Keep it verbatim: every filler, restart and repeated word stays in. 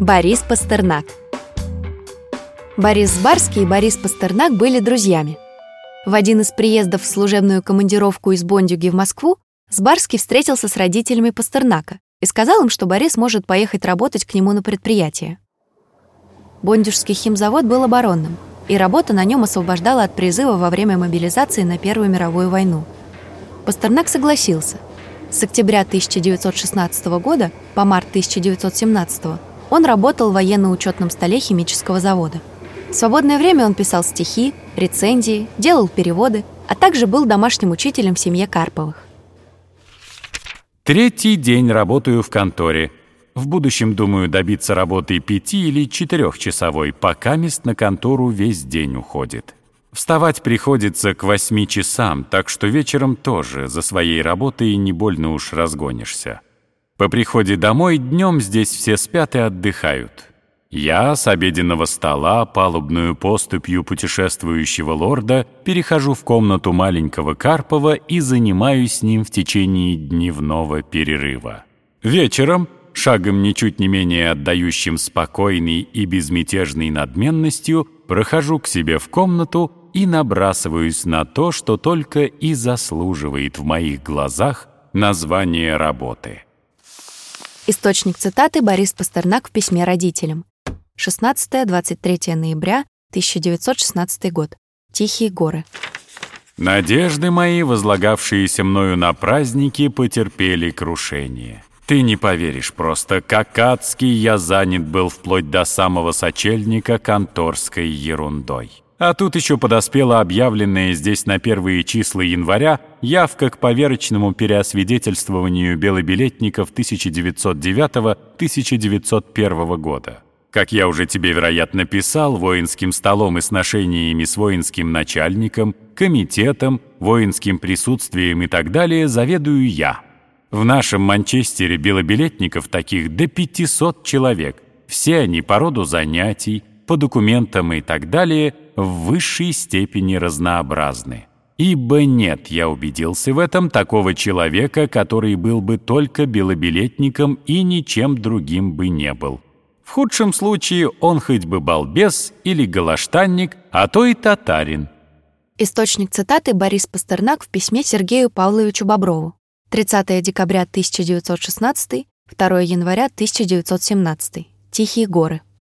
Борис Пастернак. Борис Сбарский и Борис Пастернак были друзьями. В один из приездов в служебную командировку из Бондюги в Москву Сбарский встретился с родителями Пастернака и сказал им, что Борис может поехать работать к нему на предприятие. Бондюжский химзавод был оборонным, и работа на нем освобождала от призыва во время мобилизации на Первую мировую войну. Пастернак согласился. С октября тысяча девятьсот шестнадцатого года по март тысяча девятьсот семнадцатого он работал в военно-учетном столе химического завода. В свободное время он писал стихи, рецензии, делал переводы, а также был домашним учителем в семье Карповых. Третий день работаю в конторе. В будущем думаю добиться работы пяти- или четырехчасовой, пока мест на контору весь день уходит. Вставать приходится к восьми часам, так что вечером тоже за своей работой не больно уж разгонишься. По приходе домой днем здесь все спят и отдыхают. Я с обеденного стола палубную поступью путешествующего лорда перехожу в комнату маленького Карпова и занимаюсь с ним в течение дневного перерыва. Вечером, шагом ничуть не менее отдающим спокойной и безмятежной надменностью, прохожу к себе в комнату и набрасываюсь на то, что только и заслуживает в моих глазах название работы. Источник цитаты: Борис Пастернак в письме родителям. шестнадцатое-двадцать третье ноября тысяча девятьсот шестнадцатый год. Тихие горы. Надежды мои, возлагавшиеся мною на праздники, потерпели крушение. Ты не поверишь просто, как адский я занят был вплоть до самого сочельника конторской ерундой. А тут еще подоспела объявленная здесь на первые числа января явка к поверочному переосвидетельствованию белобилетников тысяча девятьсот девятого — тысяча девятьсот первого года. Как я уже тебе, вероятно, писал, воинским столом и сношениями с воинским начальником, комитетом, воинским присутствием и так далее заведую я. В нашем Манчестере белобилетников таких до пятисот человек. Все они по роду занятий, по документам и так далее в высшей степени разнообразны. Ибо нет, я убедился в этом, такого человека, который был бы только белобилетником и ничем другим бы не был. В худшем случае он хоть бы балбес или галаштанник, а то и татарин. Источник цитаты: Борис Пастернак в письме Сергею Павловичу Боброву. тридцатое декабря тысяча девятьсот шестнадцатый, второе января тысяча девятьсот семнадцатый. Тихие горы.